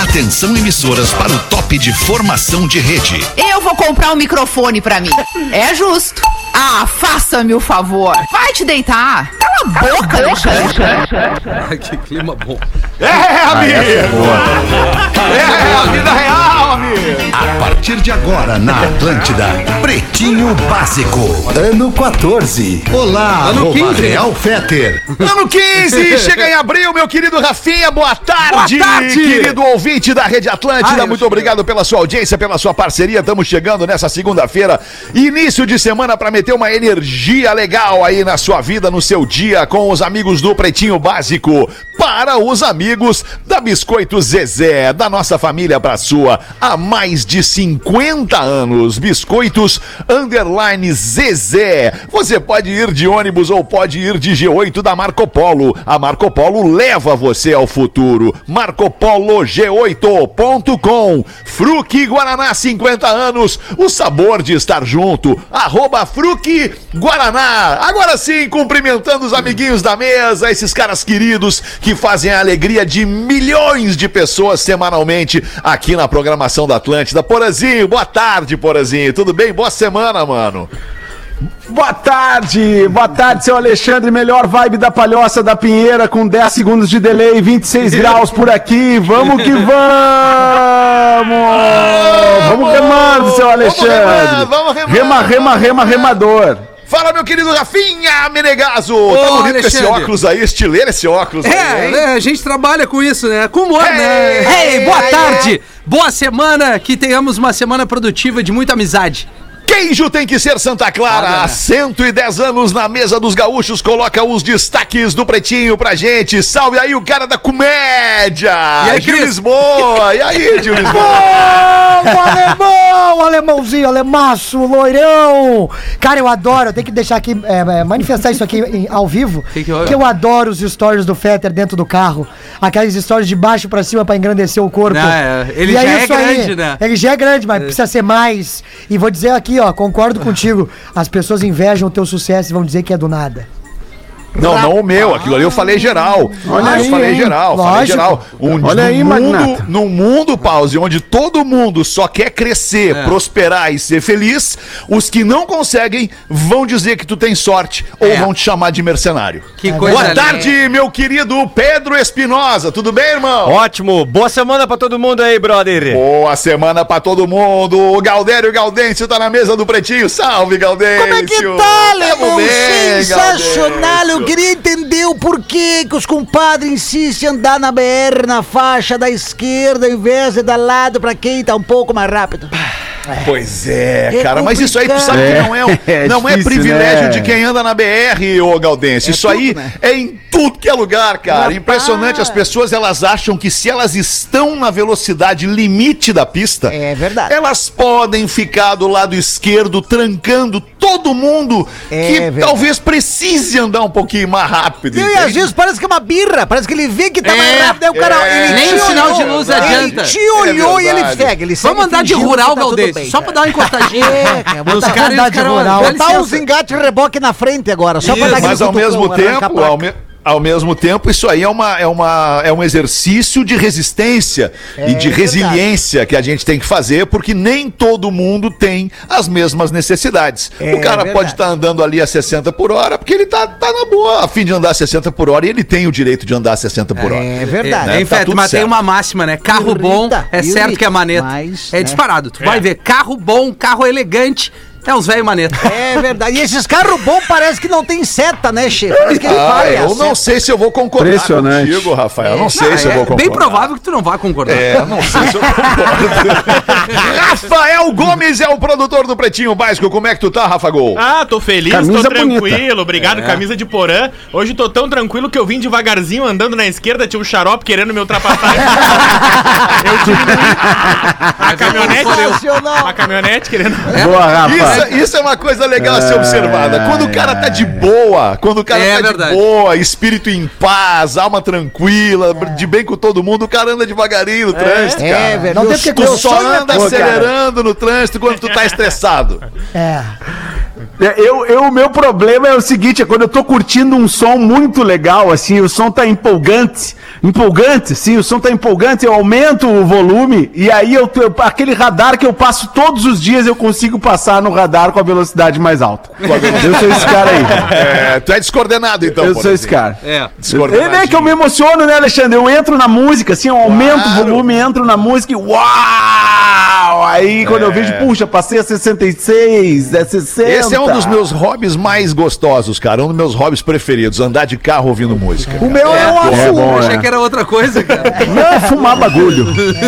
Atenção emissoras para o top de formação de rede. Eu vou comprar um microfone pra mim. É justo. Ah, faça-me o favor. Vai te deitar. Cala a boca, Que clima bom. Amigo! A vida real, amigo! A partir de agora na Atlântida, Pretinho Básico, ano 14. Olá, ano 15. Real Fetter. Ano 15, chega em abril, meu querido Rafinha, boa tarde! Boa tarde! Querido ouvinte da Rede Atlântida, muito obrigado pela sua audiência, pela sua parceria. Estamos chegando nessa segunda-feira, início de semana, para meter uma energia legal aí na sua vida, no seu dia, com os amigos do Pretinho Básico. Para os amigos da Biscoito Zezé, da nossa família pra sua, há mais de 50 anos. Biscoitos _ Zezé. Você pode ir de ônibus ou pode ir de G8 da Marco Polo. A Marco Polo leva você ao futuro. MarcoPoloG8.com. Fruc Guaraná, 50 anos. O sabor de estar junto. @Fruc Guaraná. Agora sim, cumprimentando os amiguinhos da mesa, esses caras queridos que fazem a alegria de milhões de pessoas semanalmente aqui na programação da Atlântida. Porazinho, boa tarde, Porazinho. Tudo bem? Boa semana, mano. Boa tarde, seu Alexandre, melhor vibe da Palhoça da Pinheira, com 10 segundos de delay, 26 graus por aqui, vamos que vamos! Vamos remando, seu Alexandre! Vamos remar. Remador! Fala, meu querido Rafinha Menegaso! Tá bonito esse óculos aí, estileiro esse óculos aí, hein? A gente trabalha com isso, né? Com humor, né? Boa tarde! Boa semana, que tenhamos uma semana produtiva de muita amizade. Queijo tem que ser Santa Clara. Há 110 anos na mesa dos gaúchos. Coloca os destaques do Pretinho pra gente. Salve aí o cara da comédia. E aí, Gil Lisboa. E aí, Gil Lisboa? Alemãozinho, alemaço, loirão. Cara, eu adoro, eu tenho que deixar aqui, manifestar isso aqui ao vivo, que eu adoro os stories do Fetter dentro do carro. Aquelas stories de baixo pra cima pra engrandecer o corpo. Ele já é grande, né? Ele já é grande, mas precisa ser mais. E vou dizer aqui, ó, concordo contigo. As pessoas invejam o teu sucesso e vão dizer que é do nada. Não o meu, aquilo ali eu falei geral. Falei geral. Olha aí, magnata. Num mundo, Pause, onde todo mundo só quer crescer, prosperar e ser feliz, os que não conseguem vão dizer que tu tem sorte ou vão te chamar de mercenário. Que coisa Boa tarde, meu querido Pedro Espinosa. Tudo bem, irmão? Ótimo. Boa semana pra todo mundo aí, brother. Boa semana pra todo mundo. O Galdério Gaudêncio tá na mesa do Pretinho. Salve, Gaudêncio. Como é que tá, alemão? Bem, Sensacional. Gaudêncio. Eu queria entender o porquê que os compadres insistem em andar na BR na faixa da esquerda ao invés de dar lado pra quem tá um pouco mais rápido. Pois é, cara, mas complicado. isso aí tu sabe que não é difícil, privilégio né? de quem anda na BR, ô Gaudêncio. Isso tudo, aí né? é em tudo que é lugar, cara. Rapaz. Impressionante, as pessoas elas acham que se elas estão na velocidade limite da pista, É verdade. elas podem ficar do lado esquerdo trancando todo mundo que verdade. talvez precise andar um pouquinho mais rápido. E às entende? vezes parece que é uma birra, parece que ele vê que tá mais rápido, aí o cara... ele Nem te o sinal olhou, de luz ele adianta. te olhou e ele verdade. segue. Ele segue Vamos andar de fingindo rural, que tá tudo Galdês, bem, só cara. pra dar uma encostadinha. Cara, Os botar caras, andar de rural. dá Botar os licença. engate reboque na frente agora, só pra Isso, dar aquele Mas ao cutucão, mesmo arrancar a tempo, placa. ao mesmo tempo, isso aí é um exercício de resistência e de resiliência que a gente tem que fazer, porque nem todo mundo tem as mesmas necessidades. O cara verdade. pode estar andando ali a 60 por hora, porque ele tá na boa, a fim de andar a 60 por hora, e ele tem o direito de andar a 60 por hora. É verdade. Né? Hein, Tá Feto, tudo mas tem certo. uma máxima, né? Carro bom Irrita, é certo que é maneta. mas, É né? disparado. Tu vai ver carro bom, carro elegante, é uns velho maneta. É verdade. E esses carros bons parece que não tem seta, né, Che? Parece que ele falha. Eu não sei se eu vou concordar Impressionante. contigo, Rafael. Eu não sei se eu vou concordar. Bem provável que tu não vá concordar. Não sei se eu concordo. Rafael Gomes é o produtor do Pretinho Básico. Como é que tu tá, Rafa Gol? Tô feliz, Camisa tô tranquilo. bonita. Obrigado, camisa de porã. Hoje tô tão tranquilo que eu vim devagarzinho andando na esquerda, tinha um xarope querendo me ultrapassar. Eu diminuí a caminhonete. A caminhonete querendo. Boa, Rafa. Isso é uma coisa legal a ser observada. Quando o cara tá de boa, verdade. de boa, espírito em paz, alma tranquila, de bem com todo mundo, o cara anda devagarinho no trânsito, cara. É verdade. Não tem porque Tu só anda Pô, acelerando no trânsito quando tu tá estressado. É. O meu problema é o seguinte, é quando eu tô curtindo um som muito legal, assim, o som tá empolgante, sim, o som tá empolgante, eu aumento o volume, e aí aquele radar que eu passo todos os dias, eu consigo passar no radar com a velocidade mais alta. Eu sou esse cara aí. Tu é descoordenado, então. Eu sou esse cara. Descoordenado. É que eu me emociono, né, Alexandre? Eu entro na música, assim, eu aumento o volume, entro na música e uau! Aí quando eu vejo, puxa, passei a 66, 60. Esse é um dos meus hobbies mais gostosos, cara. Um dos meus hobbies preferidos, andar de carro ouvindo música. O meu é um azul. bom, Achei que era outra coisa, cara. Não, é fumar bagulho.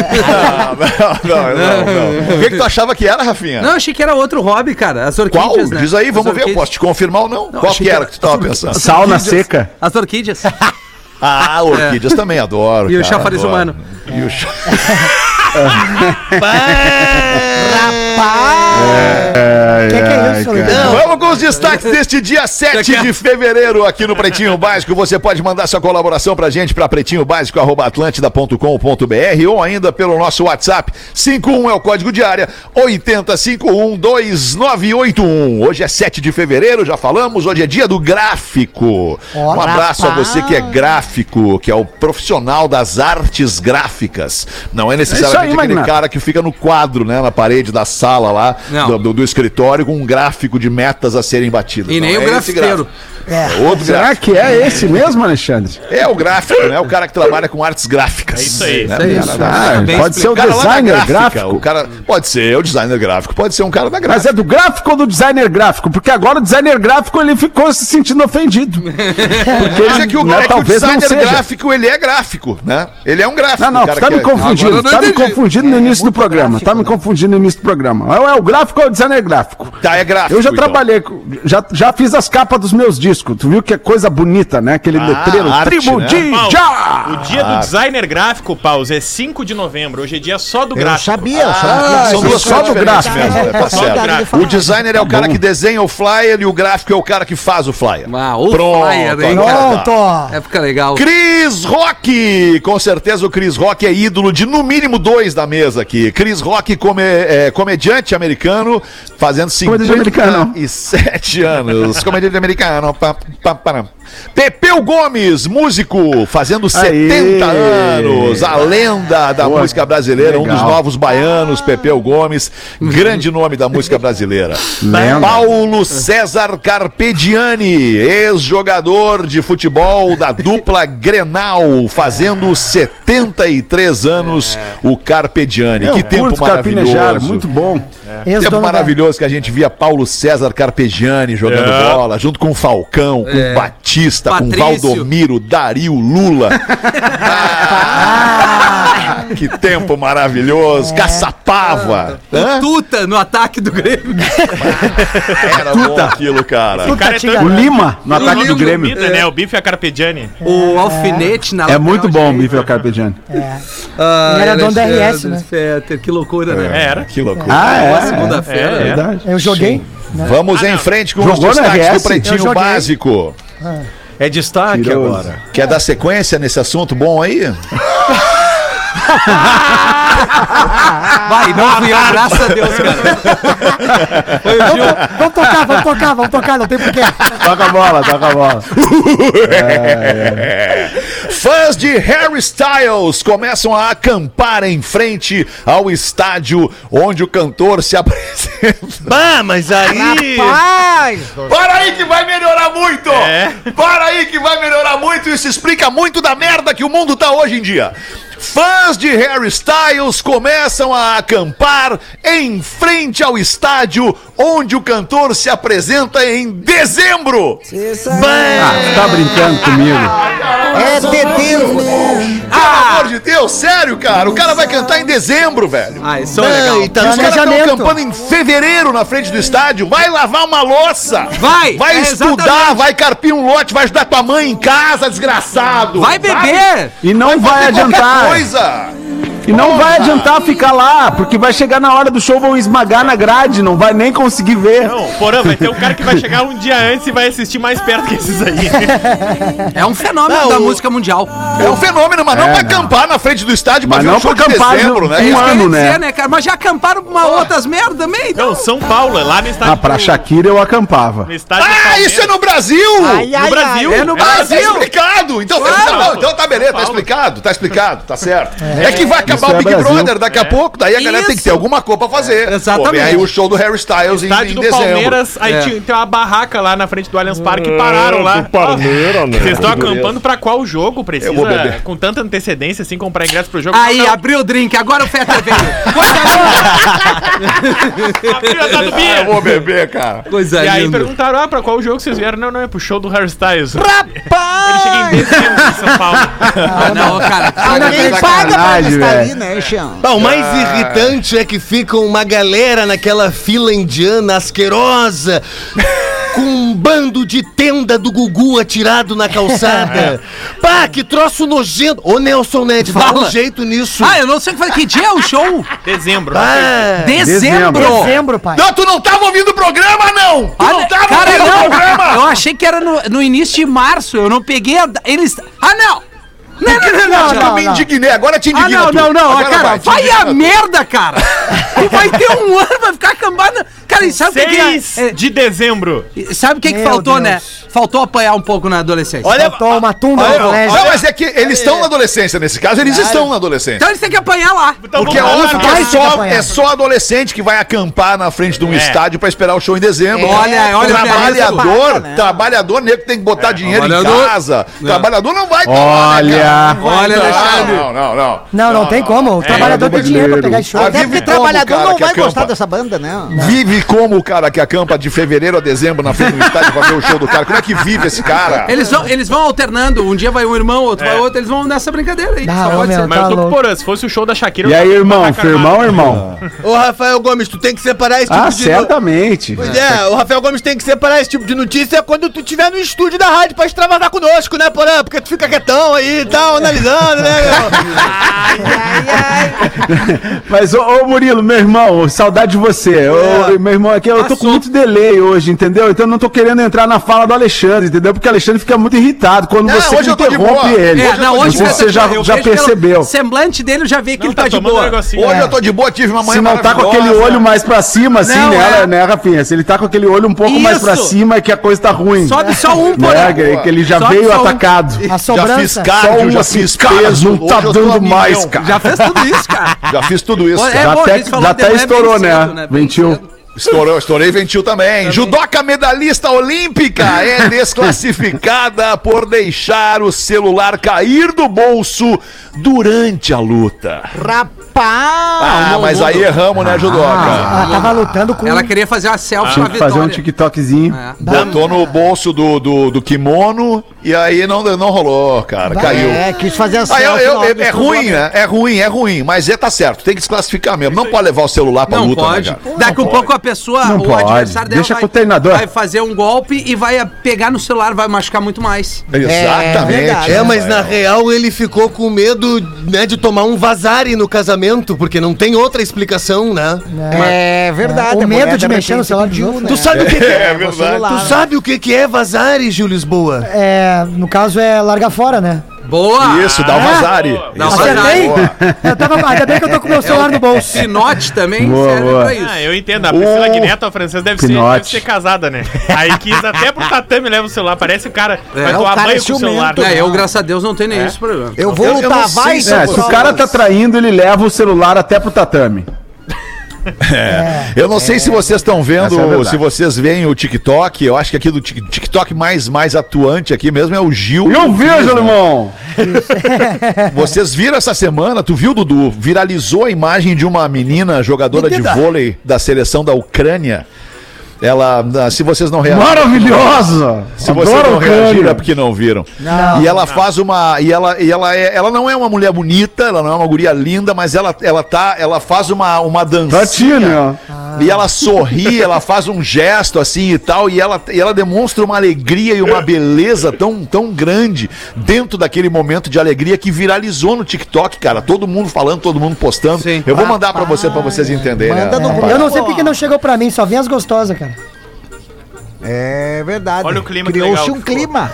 Não. O que tu achava que era, Rafinha? Não, achei que era outro hobby, cara. As orquídeas, Qual? né? Diz aí, vamos As ver. orquídeas. Posso te confirmar ou não? Qual que era que tu tava pensando? Sauna seca. As orquídeas. Ah, orquídeas também adoro. E o cara, chafariz adoro. humano. E o Que é isso, Leandro? Vamos com os destaques deste dia 7 de fevereiro aqui no Pretinho Básico. Você pode mandar sua colaboração pra gente pra pretinhobásico@atlantida.com.br ou ainda pelo nosso WhatsApp. 51 é o código de área, 80512981. Hoje é 7 de fevereiro, já falamos, hoje é dia do gráfico. Um abraço a você que é gráfico, que é o profissional das artes gráficas. Não é necessariamente aquele cara que fica no quadro, né, na parede da sala lá, do escritório, com um gráfico de metas a serem batidas. E nem o grafiteiro. Outro Será gráfico. que é esse mesmo, Alexandre? É o gráfico, né? O cara que trabalha com artes gráficas. É isso aí. Né? Pode ser o cara lá da designer gráfico. O cara pode ser o designer gráfico, pode ser um cara da Mas gráfica. é do gráfico ou do designer gráfico? Porque agora o designer gráfico ele ficou se sentindo ofendido. Porque Mas é que o, né, o talvez não designer seja. gráfico, ele é gráfico, né? Ele é um gráfico. Não, o cara tá que me é- confundindo. Agora eu não Tá me entendi. confundindo no início do programa. Tá me confundindo no início do programa. É o gráfico ou o designer gráfico? Tá, é gráfico. Eu já então. trabalhei, já fiz as capas dos meus discos. Tu viu que é coisa bonita, né? Aquele letreiro. arte, Tribo né? de Paulo, já! o dia do designer gráfico, Paus, é 5 de novembro. Hoje é dia só do Eu gráfico. sabia. São duas só coisas do diferentes gráfico. mesmo, né? Tá Só do certo. gráfico. O designer é o cara que desenha o flyer e o gráfico é o cara que faz o flyer. Ah, o Pronto, flyer, hein, agora cara? tá. Pronto. Época legal. Chris Rock! Com certeza o Chris Rock é ídolo de no mínimo 2 da mesa aqui. Chris Rock, comediante americano, fazendo Comediante americano. 57 anos. Comediante americano. Pepeu Gomes, músico, fazendo 70 anos. A lenda da Boa, música brasileira, um dos legal. novos baianos, Pepeu Gomes. Grande nome da música brasileira. Lenda. Paulo César Carpegiani, ex-jogador de futebol da dupla Grenal, fazendo 73 anos, o Carpegiani. Que tempo maravilhoso. Muito bom. Tempo maravilhoso que a gente via Paulo César Carpegiani jogando bola, junto com o Falcão, com o Batista, com o Patrício. Valdomiro, Dario, Lula. Que tempo maravilhoso. Caçapava. Hã? Tuta no ataque do Grêmio. Era bom aquilo, cara. O cara é Tuta, tão O Lima, no ataque do Lima, Grêmio. né? O bife é a Carpegiani. O alfinete na É muito bom o direita. Bife Carpegiani. Ah, Ele era dono da Alexandre RS, né? Fetter, que loucura, né? Era. Que loucura. Boa segunda-feira. É, né? Verdade. Eu joguei. Vamos em frente com Jogou os no destaques RS? do Pretinho Eu joguei. Básico. É destaque Tiroso. agora. Quer dar sequência nesse assunto bom aí? Vai, não fui eu, graças a Deus, cara. Foi o Gil. Vamos tocar, não tem porquê. Toca a bola, toca a bola. Fãs de Harry Styles começam a acampar em frente ao estádio onde o cantor se apresenta. Bah, mas aí... Para aí que vai melhorar muito! Para aí que vai melhorar muito! Isso explica muito da merda que o mundo tá hoje em dia. Fãs de Harry Styles começam a acampar em frente ao estádio onde o cantor se apresenta em dezembro. Tá brincando comigo. É Deus. Pelo amor de Deus, sério, cara? O cara vai cantar em dezembro, velho. Ah, isso é legal. E os caras estão planejamento. acampando em fevereiro na frente do estádio. Vai lavar uma louça. Vai, Vai é, estudar, exatamente. vai carpir um lote, vai ajudar tua mãe em casa, desgraçado. Vai beber! E não vai fazer qualquer adiantar. coisa. E não vai adiantar ficar lá, porque vai chegar na hora do show, vão esmagar na grade, não vai nem conseguir ver. Não, porra, vai ter um cara que vai chegar um dia antes e vai assistir mais perto que esses aí. É um fenômeno da música mundial. É um fenômeno, mas não pra acampar na frente do estádio pra Mas ver não um show pra de acampar dezembro, né? um ano, né? Né, cara? Mas já acamparam pra outras merda também, então. Não, São Paulo, é lá no estádio. Pra Shakira eu acampava. No estádio do Ah, Palmeiras. isso é no Brasil! No Brasil. É no Tá Brasil. explicado! Então, então tá beleza, tá explicado, tá certo. É que vai acabar Isso o é Big Brasil. Brother daqui a pouco, daí a galera tem que ter Isso. alguma coisa pra fazer. Exatamente. Pô, vem aí o show do Harry Styles em Estádio do dezembro. Palmeiras, aí tem uma barraca lá na frente do Allianz Parque e pararam lá. Vocês estão acampando pra qual jogo? Eu vou beber. Precisa, com tanta antecedência, assim, comprar ingresso pro jogo? Aí, Não, abriu o drink, agora o Fetter veio. abriu a data do Eu Bia. vou beber, cara. Coisa E aí linda. perguntaram, pra qual jogo vocês vieram? Não, é pro show do Harry Styles. Rapaz! Ele chega em dezembro em São Paulo. Ah, não, cara. Alguém Tá paga pra sacanagem, estar velho. ali, né, Xão? Bom, o mais irritante é que fica uma galera naquela fila indiana asquerosa, com um bando de tenda do Gugu atirado na calçada. Pá, que troço nojento. Ô, Nelson Ned, dá Fala. um jeito nisso. Ah, eu não sei o que fazer. Que dia é o show? Dezembro. Ah, Dezembro. Dezembro, pai. Não, tu não tava ouvindo o programa, não! Tu não tava Cara, ouvindo o não. programa! Eu achei que era no início de março. Eu não peguei eles. Ah, não! Eu me indignei, agora te Ah, indigna não. Agora Cara, te vai indigna a tu. merda, cara. Tu vai ter um ano, vai ficar cambada. Cara, e sabe o que 6 de dezembro. Sabe o que Meu faltou, Deus. né? Faltou apanhar um pouco na adolescência. Faltou uma tumba no colégio. Não, mas é que eles estão na adolescência, nesse caso, eles estão na adolescência. Então eles têm que apanhar lá. Então Porque é vamos óbvio que lá. vai ter que apanhar. é só adolescente que vai acampar na frente de um estádio pra esperar o show em dezembro. Olha o Trabalhador, né? trabalhador, nego tem que botar dinheiro em trabalhador. casa. Trabalhador não vai Olha. Olha, Alexandre. Não tem como. O trabalhador tem dinheiro pra pegar esse show. Ah, Até vive porque como, trabalhador cara, não que vai acampa? gostar dessa banda, né? Vive como o cara que acampa de fevereiro a dezembro na frente do estádio pra ver o show do cara. Como é que vive esse cara? Eles vão alternando. Um dia vai um irmão, outro vai outro. Eles vão nessa brincadeira aí. Ah, Só pode meu, ser. Mas tá eu tô com louco. porã, se fosse o show da Shakira... E eu aí, tava irmão? com a Firmão ou irmão? Ô, Rafael Gomes, tu tem que separar esse tipo Ah, de... certamente. Pois é, o Rafael Gomes tem que separar esse tipo de notícia quando tu estiver no estúdio da rádio pra extravasar conosco, né, Porã? Porque tu fica quietão aí e tal, analisando, né, Mas, ô Murilo, meu irmão, saudade de você. Ô, meu irmão, aqui eu tô com muito delay hoje, entendeu? Então eu não tô querendo entrar na fala do Alexandre, entendeu? Porque o Alexandre fica muito irritado quando Não, você hoje eu tô de interrompe boa. ele. Hoje não sei se você já eu vejo pelo percebeu. semblante dele, eu já vi que ele tá de tomando boa. um negocinho. Hoje eu tô de boa, tive uma manhã Se não tá com aquele maravilhosa. olho mais pra cima, assim, Não, né, é. né, Rafinha? Se ele tá com aquele olho um pouco mais pra Isso. cima, é que a coisa tá ruim. Sobe só um, né? porém. Que ele já Sobe veio só um. atacado. A Já fiz sobrança. cardio, já assim, fiz cara, peso. não tá Hoje eu tô dando a mais, milhão. cara. Já fez tudo isso, cara. Já fiz tudo isso. É cara. Já bom, até- a gente falou já de até manhã bem estourou, cedo, né? Bem Ventil. cedo. Estourei ventil também. Judoca medalhista olímpica é desclassificada por deixar o celular cair do bolso durante a luta. Ah, mas aí erramos, né, Judoca? Ela tava lutando com... Ela queria fazer uma selfie Tinha com a que fazer um Vitória. TikTokzinho. Botou no bolso do kimono e aí não rolou, cara. Caiu. É, quis fazer a Ah, selfie na hora do é ruim, né? É ruim, mas tá certo. Tem que desclassificar mesmo. Não pode levar o celular pra Não luta, pode. né, cara? Daqui a pouco a pessoa, Não o pode. adversário dela Deixa com o treinador. vai fazer um golpe e vai pegar no celular, vai machucar muito mais. Exatamente. verdade. É, mas na real ele ficou com medo, né, de tomar um vazare no casamento, porque não tem outra explicação, né? É verdade. O a medo mulher de da mexer no repente celular pediu, dos outros, né? Tu sabe o que, que é? o celular. Tu sabe o que, que é vazare, Gil Lisboa? É, no caso é largar fora, né? Boa! Isso, dá o vazare. Dá um Isso aí, Acertei? boa. Eu tava... Ainda bem que eu tô com meu celular no bolso. Sinote também Boa, serve boa. pra isso. Ah, eu entendo. A Priscila Guineto, a francesa, deve Pinote. ser casada, né? Aí quis até pro tatame leva o celular. Parece o cara vai o tomar cara é banho com o celular. ciumento. Eu, graças a Deus, não tenho nem esse problema. Eu vou Eu não lutar, sei vai, se- É, se o cara tá traindo, ele leva o celular até pro tatame. Eu não sei se vocês estão Essa é a vendo, verdade. se vocês veem o TikTok. Eu acho que aqui do TikTok mais atuante aqui mesmo é o Gil. Eu vejo, irmão! Vocês viram essa semana, tu viu, Dudu? Viralizou a imagem de uma menina jogadora de vôlei da seleção da Ucrânia. Ela, se vocês não reagiram, Maravilhosa! se vocês Adoro não o reagiram é Câmbio. porque não viram. Não. E ela faz uma, ela não é uma mulher bonita, ela não é uma guria linda, mas ela faz uma dancinha. Ratinho, ó. E ela sorri, ela faz um gesto assim e tal, e ela demonstra uma alegria e uma beleza tão grande dentro daquele momento de alegria que viralizou no TikTok, cara. Todo mundo falando, todo mundo postando. Sim. Eu vou mandar pra vocês entenderem. Manda no Eu não sei porque não chegou pra mim, só vem as gostosas, cara. É verdade. Olha o clima que Criou-se legal um que ficou. clima.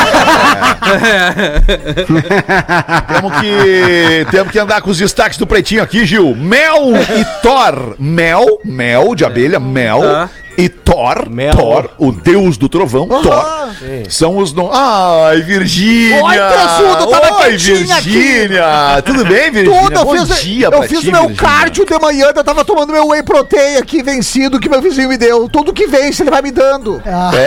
Temos que andar com os destaques do Pretinho aqui, Gil. Mel e Thor. Mel de abelha, mel. E Thor, o deus do trovão, Thor, são os nomes. Ai, Virgínia! Oi, Presudo, tava Oi, quietinha Virgínia! Tudo bem, Virgínia? Tudo, eu Bom fiz, dia eu pra fiz ti, o meu Virgínia. cardio de manhã, eu tava tomando meu whey protein aqui vencido que meu vizinho me deu. Tudo que vence ele vai me dando.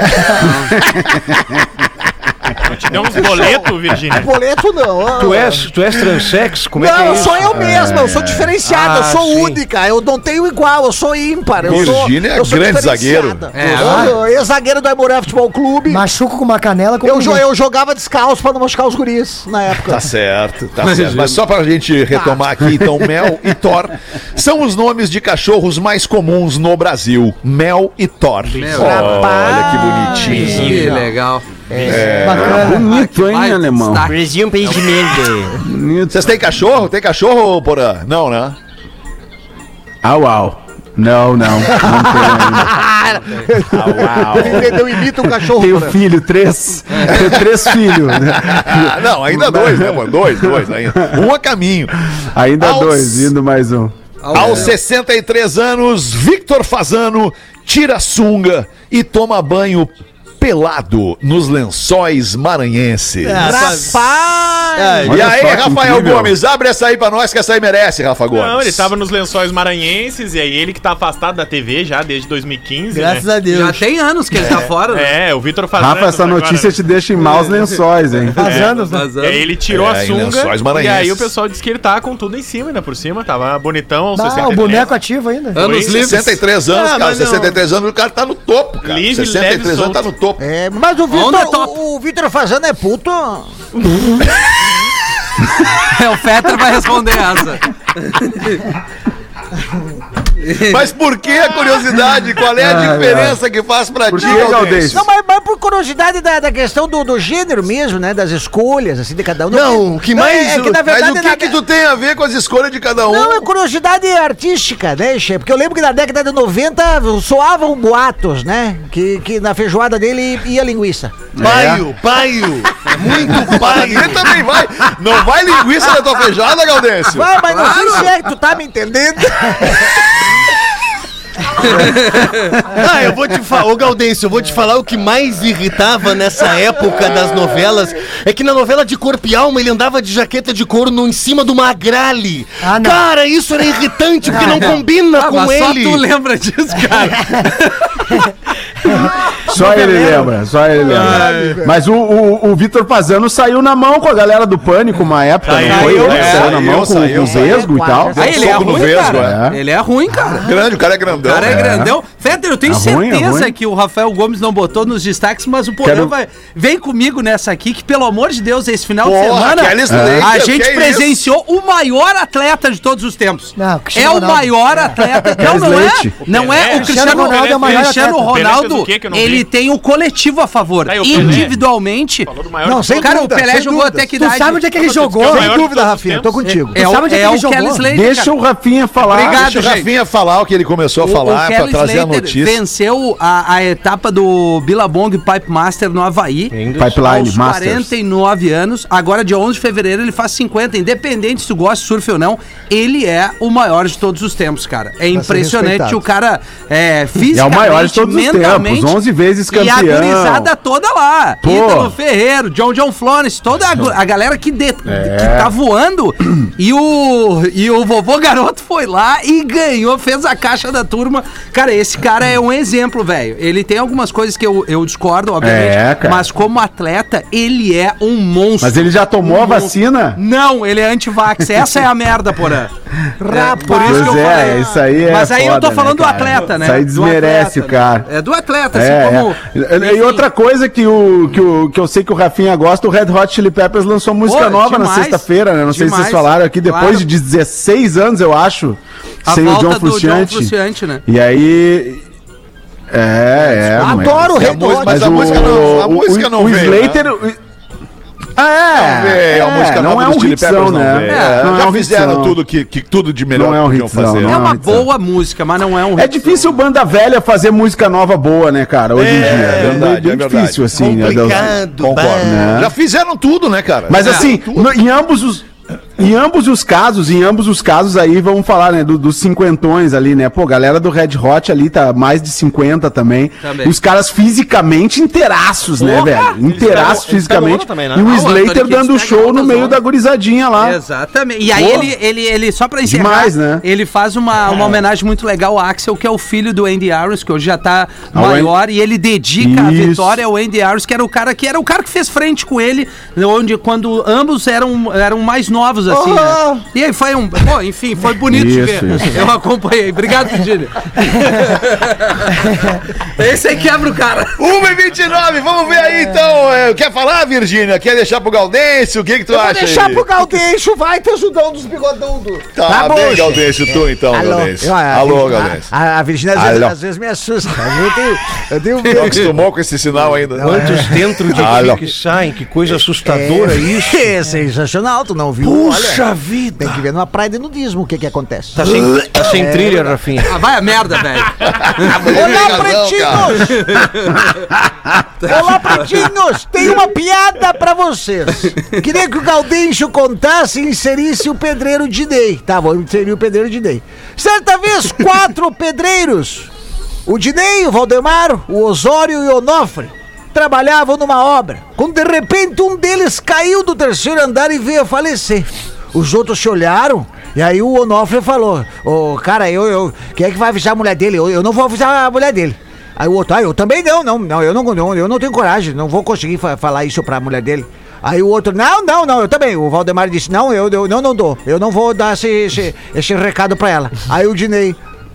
Te deu uns boletos, Virgínia. Boleto não. Tu és transex? Como é que Não, é eu isso? sou eu mesma, eu sou diferenciada, eu sou sim. única, eu não tenho igual, eu sou ímpar. Virgínia é grande zagueiro. Ex-zagueiro do Aimoré Futebol Clube. Machuco com uma canela com Eu jogava descalço pra não machucar os guris na época. Tá certo, tá certo. Mas só pra gente retomar aqui, então, Mel e Thor são os nomes de cachorros mais comuns no Brasil. Mel e Thor. Olha que bonitinho. Que legal. bacana. Bonito, hein, alemão? Brasil, um país de merda. Vocês têm cachorro? Tem cachorro, Porã? Não, né? Au. Não tem ainda. Eu imito um cachorro. Tenho né? filho, 3. Tenho 3 filhos. Né? Não, ainda 2, né, mano? 2 ainda. Um a caminho. Ainda Aos- 2, indo mais um. Aos 63 anos, Victor Fasano tira a sunga e toma banho pelado nos Lençóis Maranhenses. Rapaz! E Olha aí, só que Rafael incrível. Gomes, abre essa aí pra nós, que essa aí merece, Rafa Gomes. Não, ele tava nos Lençóis Maranhenses, e aí ele que tá afastado da TV já desde 2015, Graças né? a Deus. Já tem anos que ele tá fora, né? É, o Vitor Fasano. Rafa, essa notícia te deixa em maus lençóis, hein? Faz anos, né? E aí ele tirou a em sunga, Lençóis e Maranhenses. aí o pessoal disse que ele tá com tudo em cima, ainda por cima, tava bonitão aos Ah, 63. o boneco ativo ainda. Anos Oi? livres. 63 anos, cara. mas não. 63 anos, o cara tá no topo, cara. Livre, 63 leve, anos tá solto. no topo. É, mas o Onde é Vitor, top? o Vitor Fasano é puto. O Fetter vai responder essa. Mas por que a curiosidade? Qual é a diferença que faz pra Por ti, que, Galdêncio? Galdêncio? Não, mas por curiosidade da questão do gênero mesmo, né? Das escolhas, assim, de cada um. Não, o que mais- É que na Mas verdade. o que que tu tem a ver com as escolhas de cada um? Não, é curiosidade artística, né, Che? Porque eu lembro que na década de 90 soavam boatos, né? Que na feijoada dele ia linguiça. Paio. Muito Ele paio. também vai. Não vai linguiça na tua feijada, Galdêncio? Vai, mas não sei se é, tu tá me entendendo? Eu vou te falar, ô Gaudêncio, eu vou te falar o que mais irritava nessa época das novelas. É que na novela de Corpo e Alma ele andava de jaqueta de couro em cima de uma agrale. Ah, não. Cara, isso era irritante porque não combina com Mas só ele. tu lembra disso, cara. Só ele lembra. Mas o Vitor Fasano saiu na mão com a galera do Pânico uma época, não foi? Saiu, Saiu na mão com saiu. o Vesgo e tal. Deu Aí ele é soco no ruim, vesgo, cara. Ele é ruim, cara. Grande, o cara é grandão. O cara é grandão. Fetter, eu tenho É ruim, certeza é ruim. que o Rafael Gomes não botou nos destaques, mas o Porã vem comigo nessa aqui, que pelo amor de Deus, esse final de semana Kelly Slater, a que gente é presenciou o maior atleta de todos os tempos. Não, É Cristiano o Ronaldo. maior atleta. Não é o Cristiano Ronaldo é o maior Cristiano atleta. O Pelé Ronaldo, fez o quê que eu não ele vi? tem o coletivo a favor. Tá, e o Pelé? Individualmente. Falou do maior Não, de sem todos. Cara, o dúvida, Pelé sem jogou dúvida. até que Tu idade? sabe onde é que ele jogou? que é o Sem maior de dúvida, todos os Rafinha, tempos. tô contigo. É, Tu sabe onde é que ele o jogou? Kelly Slater. Deixa cara. o Rafinha falar. Obrigado, Deixa o gente. Rafinha falar o que ele começou a falar O pra Kelly trazer a Slater notícia. venceu a etapa do Billabong Pipe Master no Havaí. Pipeline aos Masters. 49 anos. Agora, dia 11 de fevereiro, ele faz 50. Independente se tu gosta de surf ou não, ele é o maior de todos os tempos, cara. É impressionante. respeitado. O cara É fisicamente, o maior de todos os mentalmente, tempos, 11 vezes E a campeão. gurizada toda lá. Pô. Ítalo Ferreiro, John Florence, toda a galera que tá voando. E o vovô garoto foi lá e ganhou, fez a caixa da turma. Cara, esse cara é um exemplo, velho. Ele tem algumas coisas que eu discordo, obviamente. Cara. Mas como atleta, ele é um monstro. Mas ele já tomou a vacina? Não, ele é anti-vax. Essa é a merda, Porã. Por isso Pois que eu falei. isso aí é Mas aí eu tô foda, falando né, do cara? atleta, né? Isso aí Do desmerece atleta, o cara. né? É do atleta, assim como... E outra coisa que eu sei que o Rafinha gosta, o Red Hot Chili Peppers lançou música Pô, nova demais. na sexta-feira, né? Não sei se Demais. vocês falaram aqui, depois Claro. de 16 anos, eu acho. sem o John Frusciante, né? E aí... Adoro o Red Hot. Mas a música não o veio, Slater... né? A música não é um hitzão, né? Já fizeram tudo de melhor que podiam fazer. É uma boa música, mas não é um hitzão. É difícil banda velha fazer música nova boa, né, cara? Hoje em dia. É bem difícil, assim, né? Concordo. Né? Já fizeram tudo, né, cara? Mas assim, em ambos os casos aí, vamos falar, né, dos cinquentões ali, né? Pô, galera do Red Hot ali tá mais de 50 também. E os caras fisicamente inteiraços, né, velho? Inteiraços fisicamente. Também, né? E o Slater dando show no meio da gurizadinha lá. Exatamente. E aí ele só pra encerrar, demais, né? ele faz uma homenagem muito legal ao Axl, que é o filho do Andy Irons, que hoje já tá maior, e ele dedica a vitória ao Andy Irons, que era o cara que fez frente com ele, quando ambos eram mais novos, assim, né? E aí foi enfim, foi bonito de ver. Eu acompanhei. Obrigado, Virgínia. Esse aí quebra o cara. 1h29, vamos ver aí, então. Quer falar, Virgínia? Quer deixar pro Gaudêncio? O que tu acha aí? Deixar pro Gaudêncio, vai, te ajudando dos bigodudos. Tá bem, Gaudêncio, tu então, Gaudêncio. Alô, Gaudêncio. A Virgínia às vezes me assusta. Eu tenho Não acostumou com esse sinal ainda. Quantos dentro de ti que saem? Que coisa assustadora isso. É sensacional, tu não viu? Puxa vida! Tem que ver numa praia de nudismo o que acontece. Tá sem trilha, Rafinha. Vai a merda, velho. Olá, pretinhos! Olá, pretinhos! Tem uma piada pra vocês. Queria que o Gaudêncio contasse e inserisse o pedreiro Dinei. Tá, vou inserir o pedreiro Dinei. Certa vez, 4 pedreiros, o Dinei, o Valdemar, o Osório e o Onofre, trabalhavam numa obra, quando de repente um deles caiu do 3º andar e veio a falecer. Os outros se olharam, e aí o Onofre falou: cara, quem é que vai avisar a mulher dele? Eu não vou avisar a mulher dele. Aí o outro: eu também não, eu não tenho coragem, não vou conseguir falar isso pra mulher dele. Aí o outro: não, eu também. O Valdemar disse: não dou, eu não vou dar esse recado pra ela. Aí o Dinei: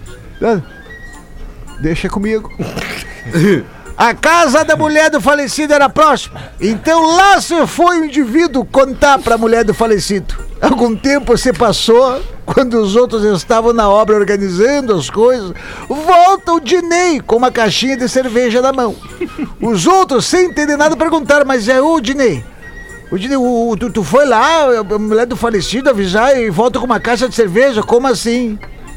deixa comigo. A casa da mulher do falecido era próxima, então lá se foi o indivíduo contar pra mulher do falecido. Algum tempo se passou, quando os outros estavam na obra organizando as coisas, volta o Dinei com uma caixinha de cerveja na mão. Os outros, sem entender nada, perguntaram: mas é o Dinei? Tu foi lá, a mulher do falecido, avisar e volta com uma caixa de cerveja? Como assim?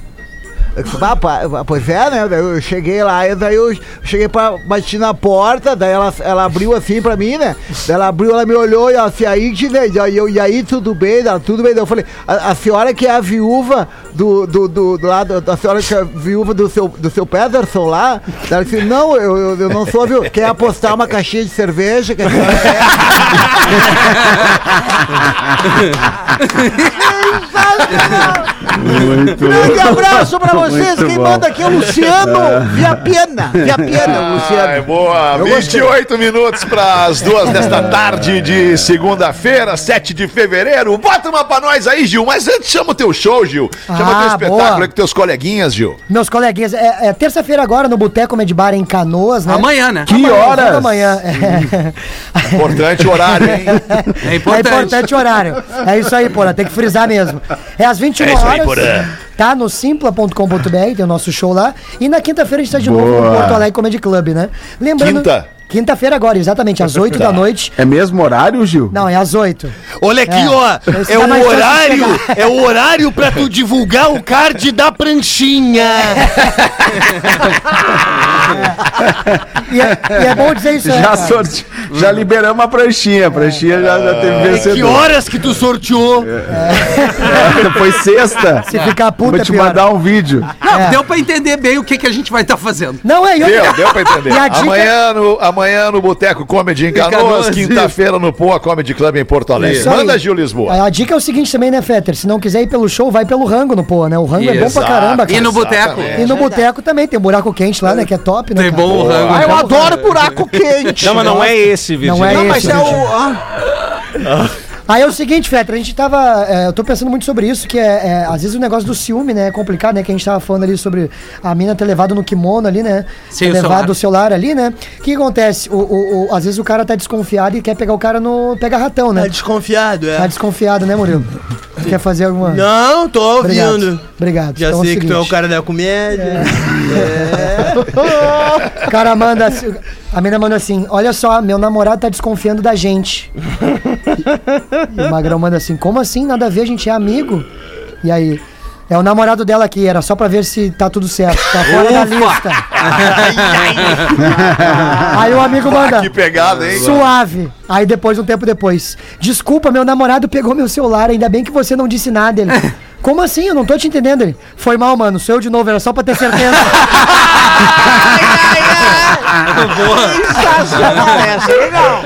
Pois é, né? Daí eu cheguei lá, daí eu cheguei bati na porta, daí ela abriu assim pra mim, né? Daí ela abriu, ela me olhou e ela assim: aí, e aí, tudo bem? Tudo bem. Daí eu falei: a senhora que é a viúva do lado, a senhora que é a viúva do seu Pederson lá? Daí ela disse: não, eu não sou a viúva. Quer apostar uma caixinha de cerveja que a senhora grande abraço pra vocês. Quem manda aqui é o Luciano Viapena, Luciano. É boa. 28 minutos para as 2 desta tarde de segunda-feira, 7 de fevereiro. Bota uma pra nós aí, Gil. Mas antes, chama o teu show, Gil. Chama o teu espetáculo aí com teus coleguinhas, Gil. Meus coleguinhas. É terça-feira agora no Boteco Comedy Bar em Canoas, né? Amanhã, né? Que horas? Amanhã. Importante horário, hein? É importante horário. É isso aí, porra. Tem que frisar mesmo. É às 21 horas. Tá no simpla.com.br, tem o nosso show lá. E na quinta-feira a gente tá de novo no Porto Alegre Comedy Club, né? Lembrando... Quinta-feira agora, exatamente, às 8 da noite. É mesmo horário, Gil? Não, é às 8. Olha aqui, ó. É o horário pra tu divulgar o card da pranchinha. E é bom dizer isso. Já liberamos a pranchinha. A pranchinha já teve vencedor. Que horas que tu sorteou? Foi sexta. Se ficar puta, vou te mandar um vídeo. Não, deu pra entender bem o que a gente vai estar fazendo. Não, deu pra entender. Amanhã no Boteco Comedy em Canoas, quinta-feira no Poa Comedy Club em Porto Alegre. Isso Manda, aí. Gil Lisboa. A dica é o seguinte também, né, Fetter? Se não quiser ir pelo show, vai pelo rango no Poa, né? O rango é bom pra caramba, cara. E no boteco. E no boteco também, tem um buraco quente lá, né? Que é top, né? Tem bom o rango. Eu adoro buraco quente. Não, mas não é esse, Virgínia. Não é Não, mas esse, é o... Aí é o seguinte, Fetter, a gente tava... eu tô pensando muito sobre isso, que às vezes o negócio do ciúme, né, é complicado, né, que a gente tava falando ali sobre a mina ter levado no kimono ali, né? Sim, levado o celular ali, né? O que acontece? Às vezes o cara tá desconfiado e quer pegar o cara no pega-ratão, né? Tá desconfiado, Tá desconfiado, né, Murilo? Quer fazer alguma... Não, tô ouvindo. Obrigado. Já então, sei que tu é o cara da comédia. O cara manda assim, a mina manda assim: olha só, meu namorado tá desconfiando da gente. E o Magrão manda assim: como assim? Nada a ver, a gente é amigo. E aí, é o namorado dela aqui, era só pra ver se tá tudo certo. Tá fora da lista. Aí o amigo manda: que pegada, hein? suave. Aí depois, um tempo depois: desculpa, meu namorado pegou meu celular, ainda bem que você não disse nada. Ele: como assim? Eu não tô te entendendo. Ele: foi mal, mano, sou eu de novo, era só pra ter certeza. Sensacional essa, legal.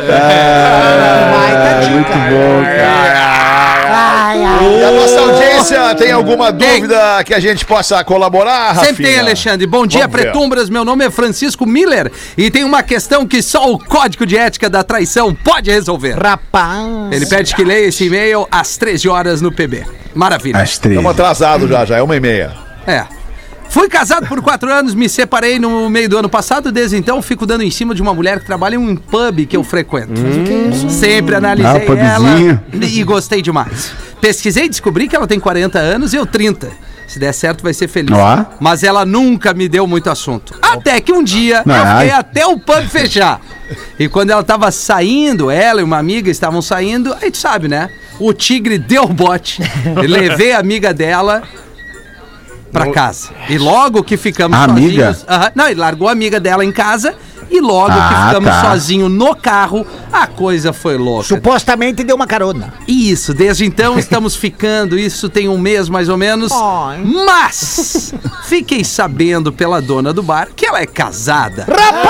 Muito bom, cara. E a nossa audiência tem alguma dúvida que a gente possa colaborar, Rafinha? Sempre tem, Alexandre. Bom dia, Vamos ver. Pretumbras. Meu nome é Francisco Miller e tem uma questão que só o Código de Ética da Traição pode resolver. Rapaz. Ele pede que leia esse e-mail às 13 horas no PB. Maravilha. Às 13. Estamos atrasados já, é 1h30. É. Fui casado por 4 anos, me separei no meio do ano passado. Desde então, fico dando em cima de uma mulher que trabalha em um pub que eu frequento. Sempre analisei ela e gostei demais. Pesquisei e descobri que ela tem 40 anos e eu 30. Se der certo, vai ser feliz. Ó. Mas ela nunca me deu muito assunto. Até que um dia, eu fiquei até o pub fechar. E quando ela tava saindo, ela e uma amiga estavam saindo, aí tu sabe, né? O tigre deu o bote. Eu levei a amiga dela pra casa. E logo que ficamos sozinhos... Não, ele largou a amiga dela em casa e logo que ficamos sozinhos no carro, a coisa foi louca. Supostamente deu uma carona. Isso, desde então estamos ficando, isso tem um mês mais ou menos. Mas fiquei sabendo pela dona do bar que ela é casada.